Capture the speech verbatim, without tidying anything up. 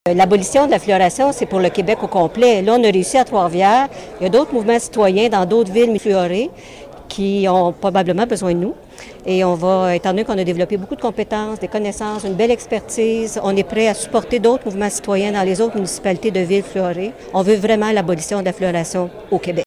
L'abolition de la fluoration, c'est pour le Québec au complet. Là, on a réussi à Trois-Rivières. Il y a d'autres mouvements citoyens dans d'autres villes fluorées qui ont probablement besoin de nous. Et on va, étant donné qu'on a développé beaucoup de compétences, des connaissances, une belle expertise, on est prêt à supporter d'autres mouvements citoyens dans les autres municipalités de villes fluorées. On veut vraiment l'abolition de la fluoration au Québec.